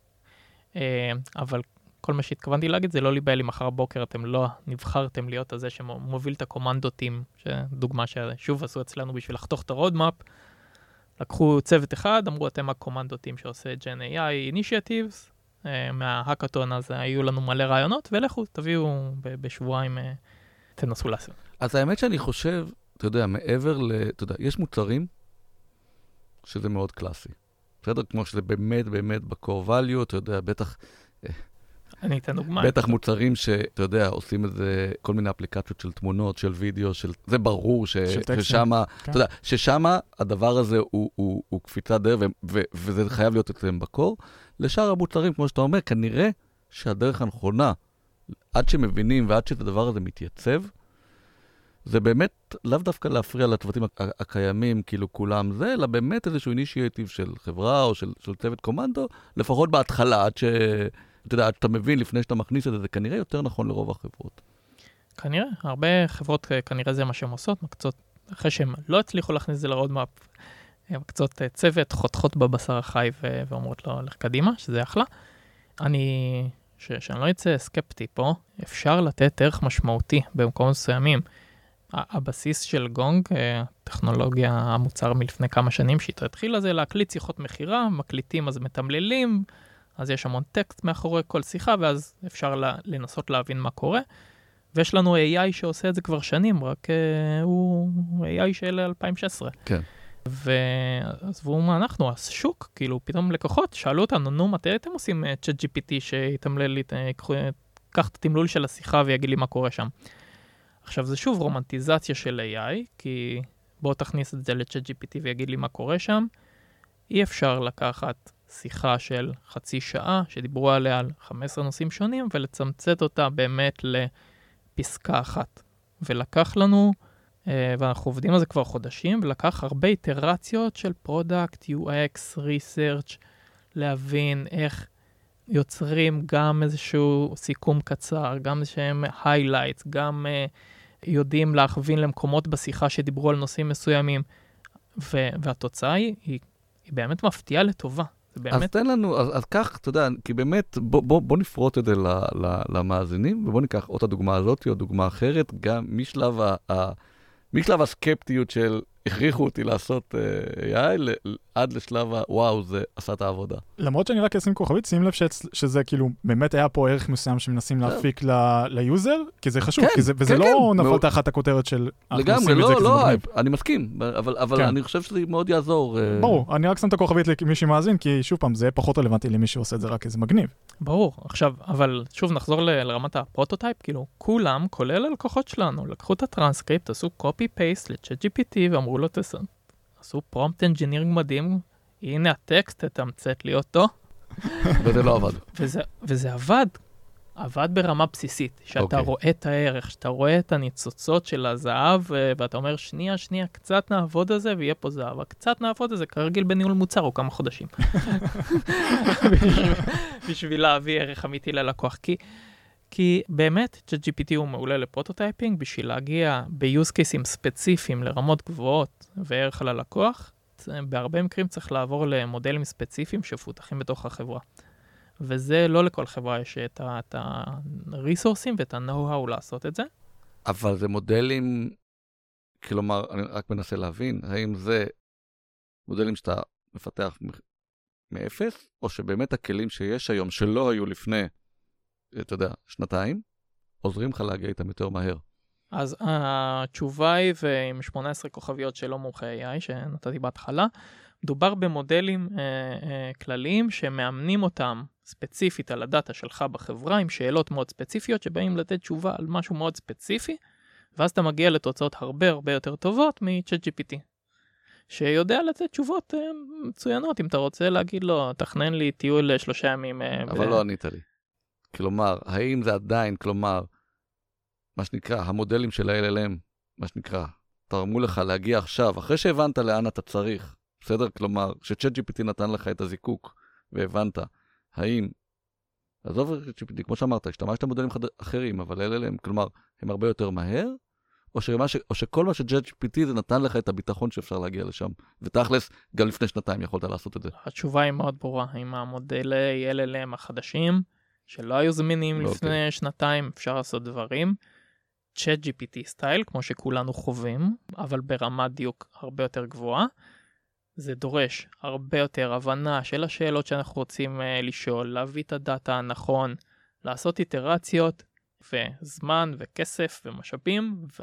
S1: אבל כל מה שהתכוונתי להגיד, זה לא להיבהל לי מחר בוקר, אתם לא נבחרתם להיות הזה שמוביל את הקומנדוטים, שדוגמה ששוב עשו אצלנו בשביל לחתוך את הרודמאפ, לקחו צוות אחד, אמרו אתם הקומנדוטים שעושה ג'ן איי איי Initiatives, מההקאטון הזה היו לנו מלא רעיונות, ולכו, תביאו בשבועיים, תנסו לעשות.
S2: אז האמת שאני חושב, אתה יודע, מעבר ל... אתה יודע, יש מוצרים שזה מאוד קלאסי. בסדר? כמו שזה באמת, באמת ב-core value, אתה יודע, בטח...
S1: אני אתן דוגמה.
S2: בטח מוצרים שאתה יודע, עושים את זה, כל מיני אפליקציות של תמונות, של וידאו, של... זה ברור ש... ששמה, אתה יודע, ששמה הדבר הזה הוא, הוא, הוא קפיצת דרך, ו... ו... וזה חייב להיות אצלם בקור. לשאר המוצרים, כמו שאתה אומר, כנראה שהדרך הנכונה, עד שמבינים ועד שהדבר הזה מתייצב, זה באמת לאו דווקא להפריע לצוותים הקיימים, כאילו כולם זה, אלא באמת איזשהו אינישייטיב של חברה או של, של צוות קומנדו, לפחות בהתחלה, עד ש... אתה יודע, עד שאתה מבין לפני שאתה מכניס את זה, זה כנראה יותר נכון לרוב החברות.
S1: כנראה, הרבה חברות כנראה זה מה שהן עושות, מקצות, אחרי שהן לא הצליחו להכניס את זה לרודמאפ, מקצות צוות, חותכות בבשר החי ו- ואומרות לו, לך קדימה, שזה אחלה. אני, ש- שאני לא אצא סקפטי פה, אפשר לתת ערך משמעותי במקומות מסוימים. הבסיס של גונג, טכנולוגיה המוצר מלפני כמה שנים, שהתחיל לזה להקליט שיחות מחירה, מקליטים אז מתמללים, אז יש המון טקסט מאחורי כל שיחה, ואז אפשר לנסות להבין מה קורה. ויש לנו איי איי שעושה את זה כבר שנים, רק הוא איי איי של אלפיים ושש עשרה.
S2: כן.
S1: ועזבו מה אנחנו, השוק, כאילו פתאום לקוחות שאלו אותנו, נו, מתי אתם עושים ChatGPT שיתמלל לי, קח את התמלול של השיחה ויגיד לי מה קורה שם. עכשיו זה שוב רומנטיזציה של איי איי, כי בואו תכניס את זה ל-ChatGPT ויגיד לי מה קורה שם. אי אפשר לקחת שיחה של חצי שעה, שדיברו עליה על חמישה עשר נושאים שונים, ולצמצת אותה באמת לפסקה אחת. ולקח לנו, ואנחנו עובדים על זה כבר חודשים, ולקח הרבה איטרציות של פרודקט, יו אקס, ריסרצ', להבין איך יוצרים גם איזשהו סיכום קצר, גם איזשהם highlights, גם uh, יודעים להכווין למקומות בשיחה שדיברו על נושאים מסוימים, ו- והתוצאה היא, היא, היא באמת מפתיעה לטובה. זה באמת...
S2: אז תן לנו, אז, אז כך, אתה יודע, כי באמת, בוא, בוא, בוא נפרוט את זה ל, ל, למאזינים, ובוא ניקח או את הדוגמה הזאת או דוגמה אחרת, גם משלב, ה, ה, משלב הסקפטיות של הכריחו אותי לעשות איי איי, עד לשלב הוואו, זה עשה את העבודה.
S3: למרות שאני רק אשים כוכבית, שים לב שזה כאילו, באמת היה פה ערך מסוים שמנסים להפיק ליוזר, כי זה חשוב, וזה לא נפל תחת הכותרת של...
S2: לגמרי, לא, לא, אני מסכים, אבל אני חושב שזה מאוד יעזור.
S3: ברור, אני רק שם את הכוכבית למי שמאזין, כי שוב פעם, זה פחות רלוונטי למי שעושה את זה רק איזה מגניב.
S1: ברור, עכשיו, אבל שוב נחזור לרמת הפרוטוטייפ, כאילו, כולם, כולל הלקוחות שלנו, לקחו את הטרנסקריפט, עשו copy-paste ל-ChatGPT ואמרו לו, עשו פרומפט אנג'ינירינג מדהים, הנה הטקסט, תמצת לי אותו.
S2: וזה לא עבד.
S1: וזה, וזה עבד, עבד ברמה בסיסית, שאתה okay. רואה את הערך, שאתה רואה את הניצוצות של הזהב, ואתה אומר, שנייה, שנייה, קצת נעבוד על זה, ויהיה פה זהב, קצת נעבוד על זה, כרגיל בניהול מוצר, או כמה חודשים. בשביל, בשביל להביא ערך אמיתי ללקוח, כי... כי באמת, ChatGPT הוא מעולה לפרוטוטייפינג, בשביל להגיע ב-use cases ספציפיים לרמות גבוהות וערך על הלקוח, בהרבה מקרים צריך לעבור למודלים ספציפיים שפותחים בתוך החברה. וזה לא לכל חברה יש את ה-resources ואת ה-know-how לעשות את זה.
S2: אבל זה מודלים, כלומר, אני רק מנסה להבין, האם זה מודלים שאתה מפתח מאפס, או שבאמת הכלים שיש היום שלא היו לפני, אתה יודע, שנתיים, עוזרים לך להגיע איתם יותר מהר.
S1: אז התשובה היא, ועם שמונה עשרה כוכביות שלא מומחי איי איי, שנתתי בהתחלה, מדובר במודלים אה, אה, כלליים שמאמנים אותם ספציפית על הדאטה שלך בחברה, עם שאלות מאוד ספציפיות שבאים לתת תשובה על משהו מאוד ספציפי, ואז אתה מגיע לתוצאות הרבה הרבה יותר טובות מ-ChatGPT, שיודע לתת תשובות מצוינות, אם אתה רוצה להגיד לו, תכנן לי טיול שלושה ימים.
S2: אבל ב... לא ענית לי. כלומר, האם זה עדיין, כלומר, מה שנקרא, המודלים של ה-אל אל אם, מה שנקרא, תרמו לך להגיע עכשיו, אחרי שהבנת לאן אתה צריך, בסדר? כלומר, ש-ChatGPT נתן לך את הזיקוק, והבנת, האם, עזוב ChatGPT, כמו שאמרת, השתמשת במודלים חד... אחרים, אבל ה-אל אל אם, כלומר, הם הרבה יותר מהר, או, שמה ש... או שכל מה ש-ChatGPT זה נתן לך את הביטחון שאפשר להגיע לשם, ותכלס, גם לפני שנתיים יכולת לעשות את זה.
S1: התשובה היא מאוד ברורה, עם המודלי אל אל אם החדשים, שלא היו זמינים
S2: לא,
S1: לפני
S2: okay.
S1: שנתיים, אפשר לעשות דברים, ChatGPT סטייל, כמו שכולנו חווים, אבל ברמת דיוק הרבה יותר גבוהה, זה דורש הרבה יותר הבנה של השאלות שאנחנו רוצים uh, לשאול, להביא את הדאטה הנכון, לעשות איטרציות, וזמן וכסף ומשאבים, ו-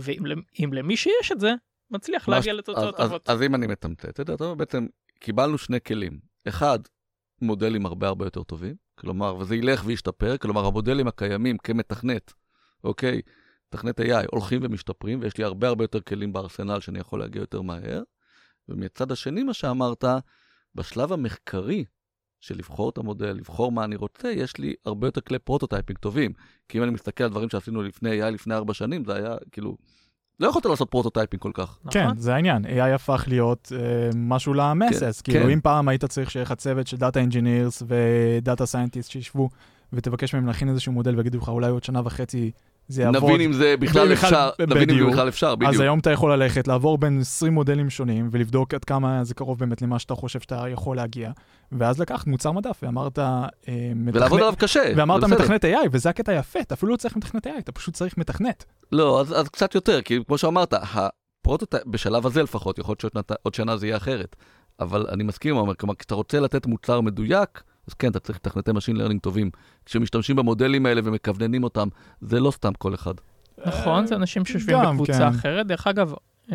S1: ואם למי שיש את זה, מצליח להגיע לתוצאות טובות.
S2: אז, אז אם אני מתמצת, אתה יודע, בעצם קיבלנו שני כלים. אחד, מודלים הרבה הרבה יותר טובים, כלומר, וזה ילך וישתפר, כלומר, המודלים הקיימים כמתכנת, אוקיי, מתכנת איי איי, הולכים ומשתפרים, ויש לי הרבה הרבה יותר כלים בארסנל שאני יכול להגיע יותר מהר, ומצד השני, מה שאמרת, בשלב המחקרי של לבחור את המודל, לבחור מה אני רוצה, יש לי הרבה יותר כלי פרוטוטייפינג טובים, כי אם אני מסתכל על דברים שעשינו לפני איי איי לפני ארבע שנים, זה היה כאילו, לא יכולת לעשות פרוטוטייפינג כל כך.
S3: כן, זה העניין. איי איי הפך להיות אה, משהו למסס.
S2: כן,
S3: כאילו,
S2: כן.
S3: אם פעם היית צריך שיהיה לך צוות של דאטה אנג'ינירס ודאטה סיינטיסט שישבו, ותבקש מהם להכין איזשהו מודל ויגידו לך, אולי עוד שנה וחצי זה יעבוד.
S2: נבין אם זה בכלל אפשר, נבין אם זה בכלל אפשר, בדיוק.
S3: אז היום אתה יכול ללכת, לעבור בין עשרים מודלים שונים, ולבדוק עד כמה זה קרוב באמת למה שאתה חושב שאתה יכול להגיע. ואז לקחת מוצר מדף, ואמרת...
S2: ולעבוד עליו קשה.
S3: ואמרת מתכנת איי איי, וזה הקטע יפה, אתה אפילו לא צריך מתכנת איי איי, אתה פשוט צריך מתכנת.
S2: לא, אז, אז קצת יותר, כי כמו שאמרת, הפרוטוטייפ, בשלב הזה לפחות, יכול להיות שעוד שנה זה יהיה אחרת. אבל אני מסכים, אומר, כלומר, כשאתה רוצה לתת מוצר מדויק, אז כן, אתה צריך לתכנתי משין לרנינג טובים. כשמשתמשים במודלים האלה ומכווננים אותם, זה לא סתם כל אחד.
S1: נכון, זה אנשים שיושבים בקבוצה אחרת. דרך אגב,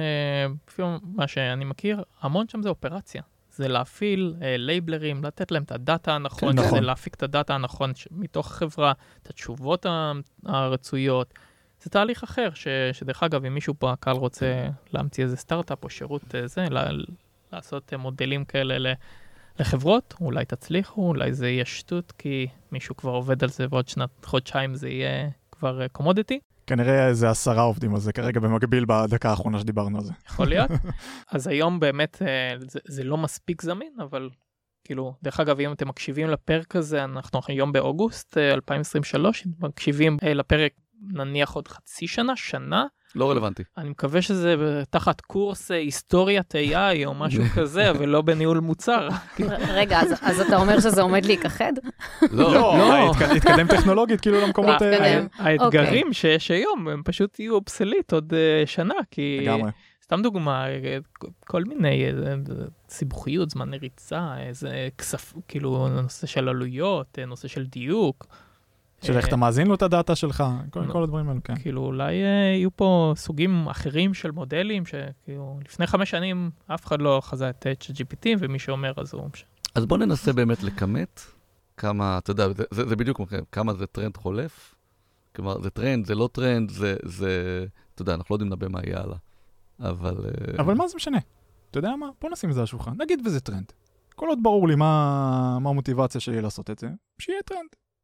S1: לפי מה שאני מכיר, המון שם זה אופרציה. זה להפעיל לייבלרים, לתת להם את הדאטה הנכון, זה להפיק את הדאטה הנכון מתוך החברה, את התשובות הרצויות. זה תהליך אחר, שדרך אגב, אם מישהו פה הקהל רוצה להמציא איזה סטארט-אפ או שירות זה, לעשות מודלים כאלה לחברות, אולי תצליחו, אולי זה יהיה שטות, כי מישהו כבר עובד על זה, ועוד שנת חודשיים זה יהיה כבר קומודיטי.
S3: כנראה איזה עשרה עובדים על זה כרגע במקביל בדקה האחרונה שדיברנו על זה.
S1: יכול להיות. אז היום באמת זה, זה לא מספיק זמין, אבל כאילו, דרך אגב, אם אתם מקשיבים לפרק הזה, אנחנו היום באוגוסט אלפיים עשרים ושלוש, מקשיבים לפרק נניח עוד חצי שנה, שנה,
S2: לא רלוונטי.
S1: אני מקווה שזה תחת קורס היסטוריית איי איי או משהו כזה, אבל לא בניהול מוצר.
S4: רגע, אז אתה אומר שזה עומד להיכחד?
S2: לא,
S3: לא, התקדם טכנולוגית כאילו למקומות האלה.
S1: האתגרים שיש היום, הם פשוט יהיו אובסולית עוד שנה, כי סתם דוגמה, כל מיני סיבוכיות, זמן ריצה, איזה כסף, כאילו נושא של עלויות, נושא של דיוק,
S3: של איך אתה מאזין לו את הדאטה שלך, כל הדברים האלו, כן.
S1: כאילו, אולי יהיו פה סוגים אחרים של מודלים, שכאילו, לפני חמש שנים אף אחד לא חזה את ChatGPT, ומי שאומר אז הוא...
S2: אז בוא ננסה באמת לכמת כמה, אתה יודע, זה בדיוק כמה זה טרנד חולף, כלומר, זה טרנד, זה לא טרנד, זה, אתה יודע, אנחנו לא יודעים לנבא מה יהיה הלאה, אבל...
S3: אבל מה זה משנה? אתה יודע מה? בוא נשים את זה על השולחן, נגיד וזה טרנד. כל עוד ברור לי מה המוטיבציה שלי לעשות את זה, שיהיה טרנד.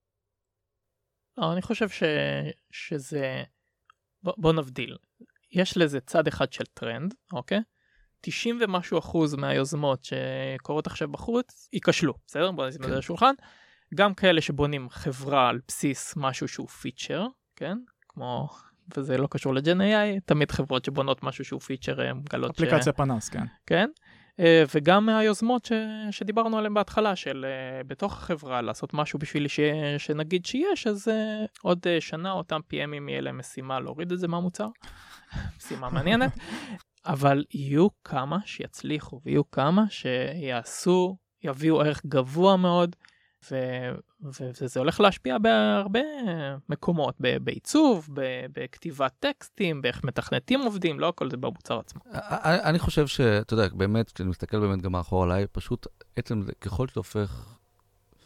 S1: לא, אני חושב ש... שזה... בוא, בוא נבדיל. יש לזה צד אחד של טרנד, אוקיי? תשעים ומשהו אחוז מהיוזמות שקורות עכשיו בחוץ, ייכשלו, בסדר? בוא נשים את זה לשולחן. גם כאלה שבונים חברה על בסיס משהו שהוא פיצ'ר, כן? כמו... וזה לא קשור לג'ן איי איי, תמיד חברות שבונות משהו שהוא פיצ'ר, מגלות ש...
S3: אפליקציה פנס, כן.
S1: כן? וגם מהיוזמות ש... שדיברנו עליהן בהתחלה, של בתוך החברה לעשות משהו בשביל ש... שנגיד שיש, אז עוד שנה אותם פי אמים יהיה להם משימה להוריד את זה מהמוצר. משימה מעניינת. אבל יהיו כמה שיצליחו, ויהיו כמה שיעשו, יביאו ערך גבוה מאוד, ו... וזה הולך להשפיע בהרבה מקומות, ב... בעיצוב, ב... בכתיבת טקסטים, באיך מתכנתים עובדים, לא הכל זה במוצר עצמו.
S2: אני חושב שאתה יודע, באמת, כשאני מסתכל באמת גם מאחור עליי, פשוט עצם זה, ככל שאתה הופך,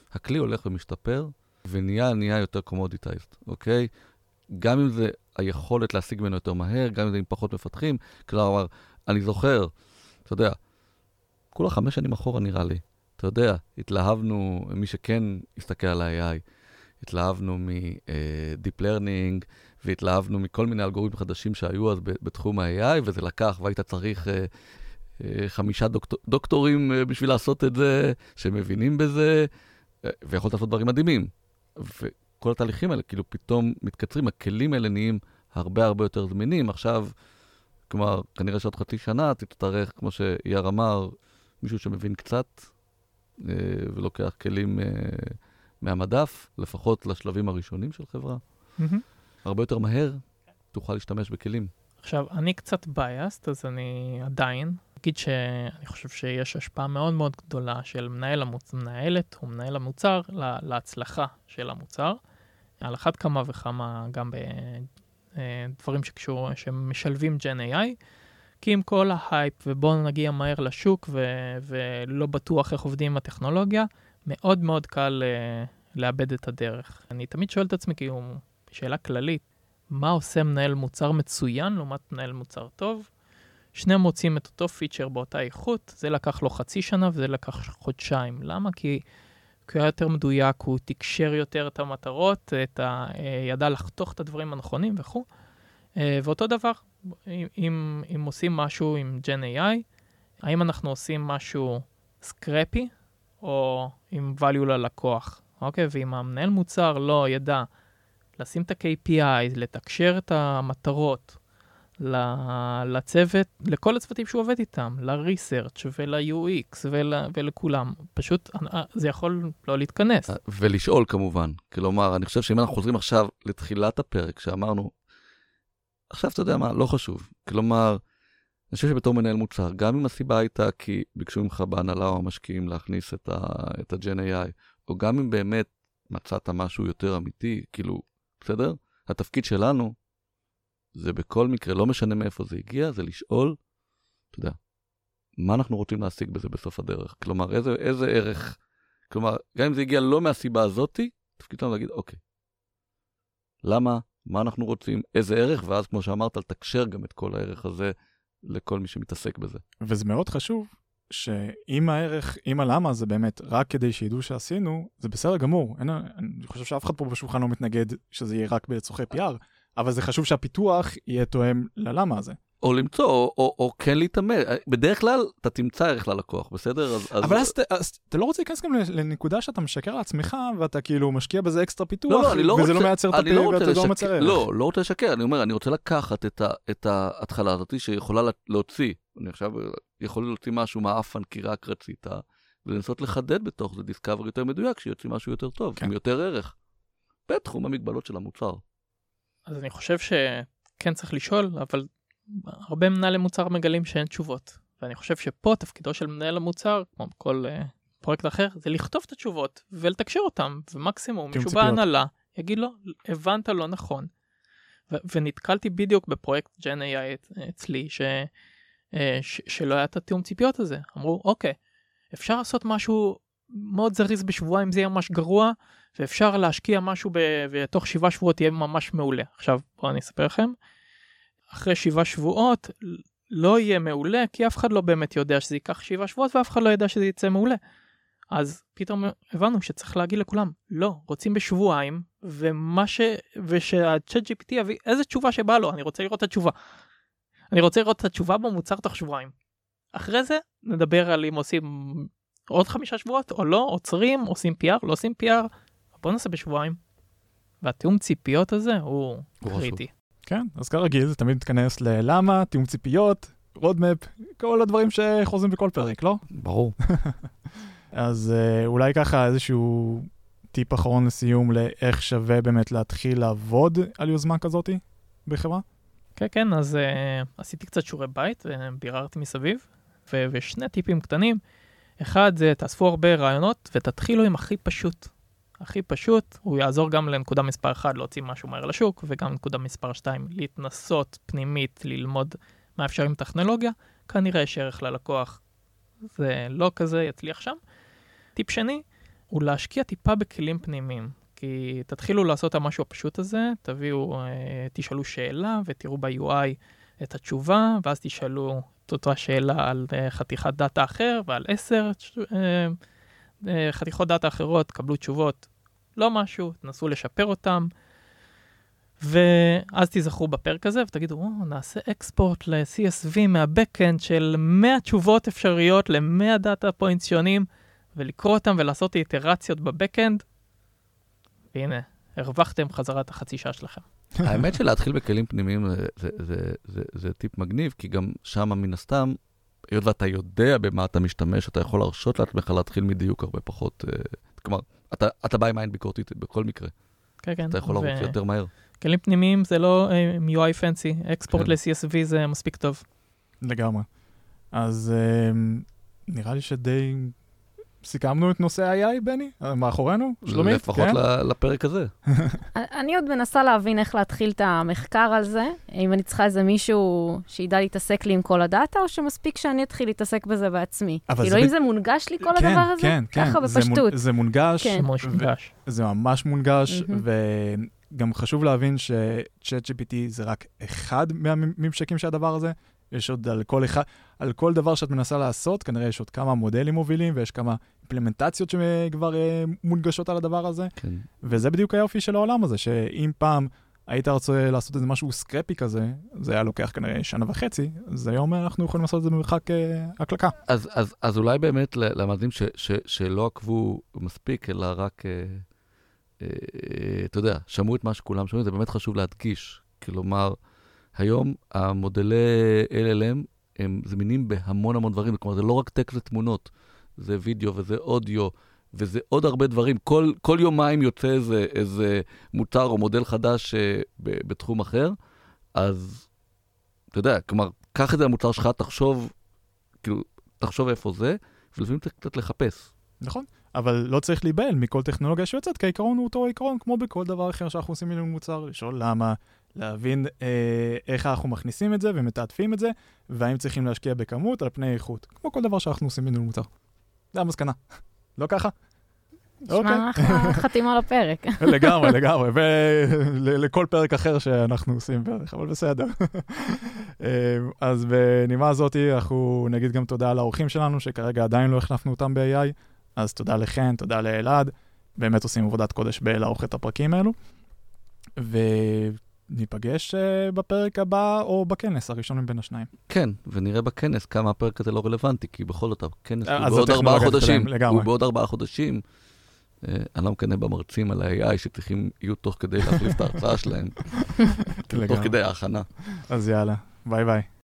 S2: הכלי הולך ומשתפר, ונהיה נהיה יותר קומודיטייזד, אוקיי? גם אם זה היכולת להשיג ממנו יותר מהר, גם אם זה עם פחות מפתחים, כלומר, אני זוכר, אתה יודע, כולה חמש שנים אחורה נראה לי, אתה יודע, התלהבנו, מי שכן הסתכל על ה-איי איי, התלהבנו מ-Deep Learning, והתלהבנו מכל מיני אלגוריתמים חדשים שהיו אז בתחום ה-איי איי, וזה לקח, והיית צריך uh, uh, חמישה דוקטור, דוקטורים uh, בשביל לעשות את זה, שמבינים בזה, uh, ויכולת לעשות דברים מדהימים. וכל התהליכים האלה, כאילו פתאום מתקצרים, הכלים האלה נהיים הרבה הרבה יותר זמינים. עכשיו, כלומר, כנראה שעוד חצי שנה, תצטרך, כמו שאייר אמר, מישהו שמבין קצת, uh, ולוקח כלים uh, מהמדף, לפחות לשלבים הראשונים של חברה.
S1: Mm-hmm.
S2: הרבה יותר מהר תוכל להשתמש בכלים.
S1: עכשיו, אני קצת biased, אז אני עדיין אגיד שאני חושב שיש השפעה מאוד מאוד גדולה של מנהל המוצ... מנהלת או מנהל המוצר לה... להצלחה של המוצר. על אחת כמה וכמה גם בדברים שקשור, שמשלבים ג'ן איי איי, כי עם כל ההייפ ובואו נגיע מהר לשוק ו... ולא בטוח איך עובדים עם הטכנולוגיה, מאוד מאוד קל uh, לאבד את הדרך. אני תמיד שואל את עצמי, כי הוא שאלה כללית, מה עושה מנהל מוצר מצוין לעומת מנהל מוצר טוב? שניהם מוצאים את אותו פיצ'ר באותה איכות, זה לקח לו חצי שנה וזה לקח חודשיים. למה? כי הוא היה יותר מדויק, הוא תקשר יותר את המטרות, את ה... ידע לחתוך את הדברים הנכונים וכו'. ואותו דבר, אם, אם עושים משהו עם ג'ן איי איי, האם אנחנו עושים משהו סקרפי, או עם value ללקוח, אוקיי? ואם המנהל מוצר לא ידע לשים את ה-קיי פי איי, לתקשר את המטרות לצוות, לכל הצוותים שהוא עובד איתם, ל-research ול-יו אקס ול, ולכולם. פשוט זה יכול לא להתכנס.
S2: ולשאול כמובן. כלומר, אני חושב שאם אנחנו חוזרים עכשיו לתחילת הפרק, שאמרנו, עכשיו אתה יודע מה, לא חשוב. כלומר, אני חושב שבתור מנהל מוצר, גם אם הסיבה הייתה כי ביקשו ממך בהנהלה או המשקיעים להכניס את, ה, את ה-ג'ן איי איי, או גם אם באמת מצאת משהו יותר אמיתי, כאילו, בסדר? התפקיד שלנו, זה בכל מקרה, לא משנה מאיפה זה הגיע, זה לשאול, אתה יודע, מה אנחנו רוצים להשיג בזה בסוף הדרך? כלומר, איזה, איזה ערך, כלומר, גם אם זה הגיע לא מהסיבה הזאת, תפקיד לנו להגיד, אוקיי, למה, מה אנחנו רוצים, איזה ערך, ואז כמו שאמרת, לתקשר גם את כל הערך הזה, לכל מי שמתעסק בזה.
S3: וזה מאוד חשוב, שאם הערך, אם הלמה זה באמת רק כדי שידעו שעשינו, זה בסדר גמור. אין, אני חושב שאף אחד פה בשולחן לא מתנגד שזה יהיה רק בצורכי פי אר, אבל זה חשוב שהפיתוח יהיה תואם ללמה הזה.
S2: או למצוא, או, או, או כן להתאמר. בדרך כלל, אתה תמצא ערך ללקוח, בסדר? אז,
S3: אבל
S2: אז...
S3: אז, אז אתה לא רוצה להיכנס גם לנקודה שאתה משקר לעצמך, ואתה כאילו משקיע בזה אקסטרה פיתוח,
S2: לא, לא, אני לא
S3: וזה
S2: רוצה,
S3: לא מייצר את הפי,
S2: לא
S3: ואתה לא מצר ערך.
S2: לא, לא רוצה לשקר. אני אומר, אני רוצה לקחת את, ה, את ההתחלה הזאת, שיכולה להוציא, אני עכשיו יכול להוציא משהו מהאפן, כי רק רצית, ולנסות לחדד בתוך זה דיסקאבר יותר מדויק, שיוציא משהו יותר טוב, כן. עם יותר ערך, בתחום המגבלות של המוצר.
S1: אז אני חושב שכן צריך לשאול, אבל הרבה מנהלי מוצר מגלים שאין תשובות. ואני חושב שפה תפקידו של מנהל המוצר, כמו בכל uh, פרויקט אחר, זה לכתוב את התשובות ולתקשר אותם, ומקסימום מישהו בהנהלה יגיד לו, הבנת לא נכון. ו- ונתקלתי בדיוק בפרויקט ג'ן איי איי אצלי, ש- ש- שלא היה את התיאום ציפיות הזה. אמרו, אוקיי, אפשר לעשות משהו מאוד זריז בשבועיים, זה יהיה ממש גרוע, ואפשר להשקיע משהו ב- ותוך שבעה שבועות יהיה ממש מעולה. עכשיו, בואו אני אספר לכם. אחרי שבעה שבועות לא יהיה מעולה, כי אף אחד לא באמת יודע שזה ייקח שבעה שבועות, ואף אחד לא ידע שזה יצא מעולה. אז פתאום הבנו שצריך להגיד לכולם, לא, רוצים בשבועיים, ומה ש... ושהצ'אט ג'י פי טי יביא איזה תשובה שבא לו, אני רוצה לראות את התשובה. אני רוצה לראות את התשובה במוצר תוך שבועיים. אחרי זה נדבר על אם עושים עוד חמישה שבועות, או לא, עוצרים, עושים פי אר, לא עושים פי אר, בוא נעשה בשבועיים. והתיאום ציפיות הזה הוא קריטי.
S3: כן, אז כרגיל, זה תמיד מתכנס ללמה, תיאום ציפיות, רודמפ, כל הדברים שחוזרים בכל פרק, לא?
S2: ברור.
S3: אז אה, אולי ככה איזשהו טיפ אחרון לסיום לאיך שווה באמת להתחיל לעבוד על יוזמה כזאת בחברה?
S1: כן, כן, אז uh, עשיתי קצת שיעורי בית, וביררתי מסביב, ו- ושני טיפים קטנים. אחד זה תאספו הרבה רעיונות, ותתחילו עם הכי פשוט. הכי פשוט, הוא יעזור גם לנקודה מספר אחד להוציא משהו מהר לשוק, וגם נקודה מספר שתיים להתנסות פנימית, ללמוד מה אפשר עם טכנולוגיה, כנראה יש ערך ללקוח, זה לא כזה יצליח שם. טיפ שני, הוא להשקיע טיפה בכלים פנימיים. כי תתחילו לעשות את המשהו הפשוט הזה, תביאו, תשאלו שאלה ותראו ב-יו איי את התשובה, ואז תשאלו את אותה שאלה על חתיכת דאטה אחר ועל עשר חתיכות דאטה אחרות, קבלו תשובות, לא משהו, תנסו לשפר אותם, ואז תזכרו בפרק הזה ותגידו, או, נעשה אקספורט ל-סי אס וי מהבקאנד של מאה תשובות אפשריות ל-מאה דאטה פוינטס שונים, ולקרוא אותם ולעשות איטרציות בבקאנד, והנה, הרווחתם חזרת החצי שעה שלכם.
S2: האמת שלהתחיל בכלים פנימיים זה, זה, זה, זה, זה טיפ מגניב, כי גם שם מן הסתם, היות ואתה יודע במה אתה משתמש, אתה יכול להרשות לעצמך להתחיל מדיוק הרבה פחות, כלומר, אתה, אתה בא עם עין ביקורתית בכל מקרה.
S1: כן, כן.
S2: אתה יכול לרוץ ו... יותר מהר.
S1: כלים פנימיים זה לא uh, יו איי פנסי, אקספורט כן. ל-סי אס וי זה מספיק טוב.
S3: לגמרי. אז uh, נראה לי שדי סיכמנו את נושא ה-איי איי, בני? מאחורינו? שלומית?
S2: לפחות כן? לפרק הזה.
S4: אני עוד מנסה להבין איך להתחיל את המחקר על זה, אם אני צריכה איזה מישהו שידע להתעסק לי עם כל הדאטה, או שמספיק שאני אתחיל להתעסק בזה בעצמי. כאילו, אם זה מונגש לי כל הדבר הזה?
S3: כן, כן,
S4: ככה בפשטות.
S3: זה מונגש.
S1: כן. מונגש.
S3: זה ממש מונגש, וגם חשוב להבין ש-צ'אט ג'י פי טי זה רק אחד מהממשקים של הדבר הזה. יש עוד על כל, אחד, על כל דבר שאת מנסה לעשות, כנראה יש עוד כמה מודלים מובילים, ויש כמה אימפלמנטציות שכבר אה, מונגשות על הדבר הזה. כן. וזה בדיוק היופי של העולם הזה, שאם פעם היית רוצה לעשות איזה משהו סקרפי כזה, זה היה לוקח כנראה שנה וחצי, אז היום אנחנו יכולים לעשות את זה במרחק אה, הקלקה.
S2: אז, אז, אז אולי באמת למאזינים ש, ש, שלא עקבו מספיק, אלא רק, אה, אה, אתה יודע, שמעו את מה שכולם שמעו, זה באמת חשוב להדגיש. כלומר, היום המודלי אל אל אם הם זמינים בהמון המון דברים, כלומר זה לא רק טקסט ותמונות, זה וידאו וזה אודיו, וזה עוד הרבה דברים. כל, כל יומיים יוצא איזה, איזה מוצר או מודל חדש uh, ב, בתחום אחר, אז אתה יודע, כלומר, קח את זה למוצר שלך, תחשוב, כאילו, תחשוב איפה זה, ולפעמים צריך קצת לחפש.
S3: נכון, אבל לא צריך להיבהל מכל טכנולוגיה שיוצאת, כי העיקרון הוא אותו עיקרון, כמו בכל דבר אחר שאנחנו עושים עם מוצר, לשאול למה, להבין אה, איך אנחנו מכניסים את זה ומתעדפים את זה, והאם צריכים להשקיע בכמות על פני איכות, כמו כל דבר שאנחנו עושים עם מוצר. זה המסקנה. לא ככה?
S4: נשמע לך חתימה לפרק.
S3: לגמרי, לגמרי, ולכל פרק אחר שאנחנו עושים בערך, אבל בסדר. אז בנימה הזאת אנחנו נגיד גם תודה לאורחים שלנו, שכרגע עדיין לא החלפנו אותם ב-איי איי, אז תודה לכן, תודה לאלעד, באמת עושים עבודת קודש בלערוך את הפרקים האלו, וניפגש בפרק הבא או בכנס הראשון בין השניים.
S2: כן, ונראה בכנס כמה הפרק הזה לא רלוונטי, כי בכל זאת, הכנס הוא בעוד ארבעה חודשים, הוא בעוד ארבעה חודשים, אני לא מקנא במרצים על ה-איי איי שצריכים יהיו תוך כדי להחליף את ההרצאה שלהם, תוך כדי ההכנה.
S3: אז יאללה, ביי ביי.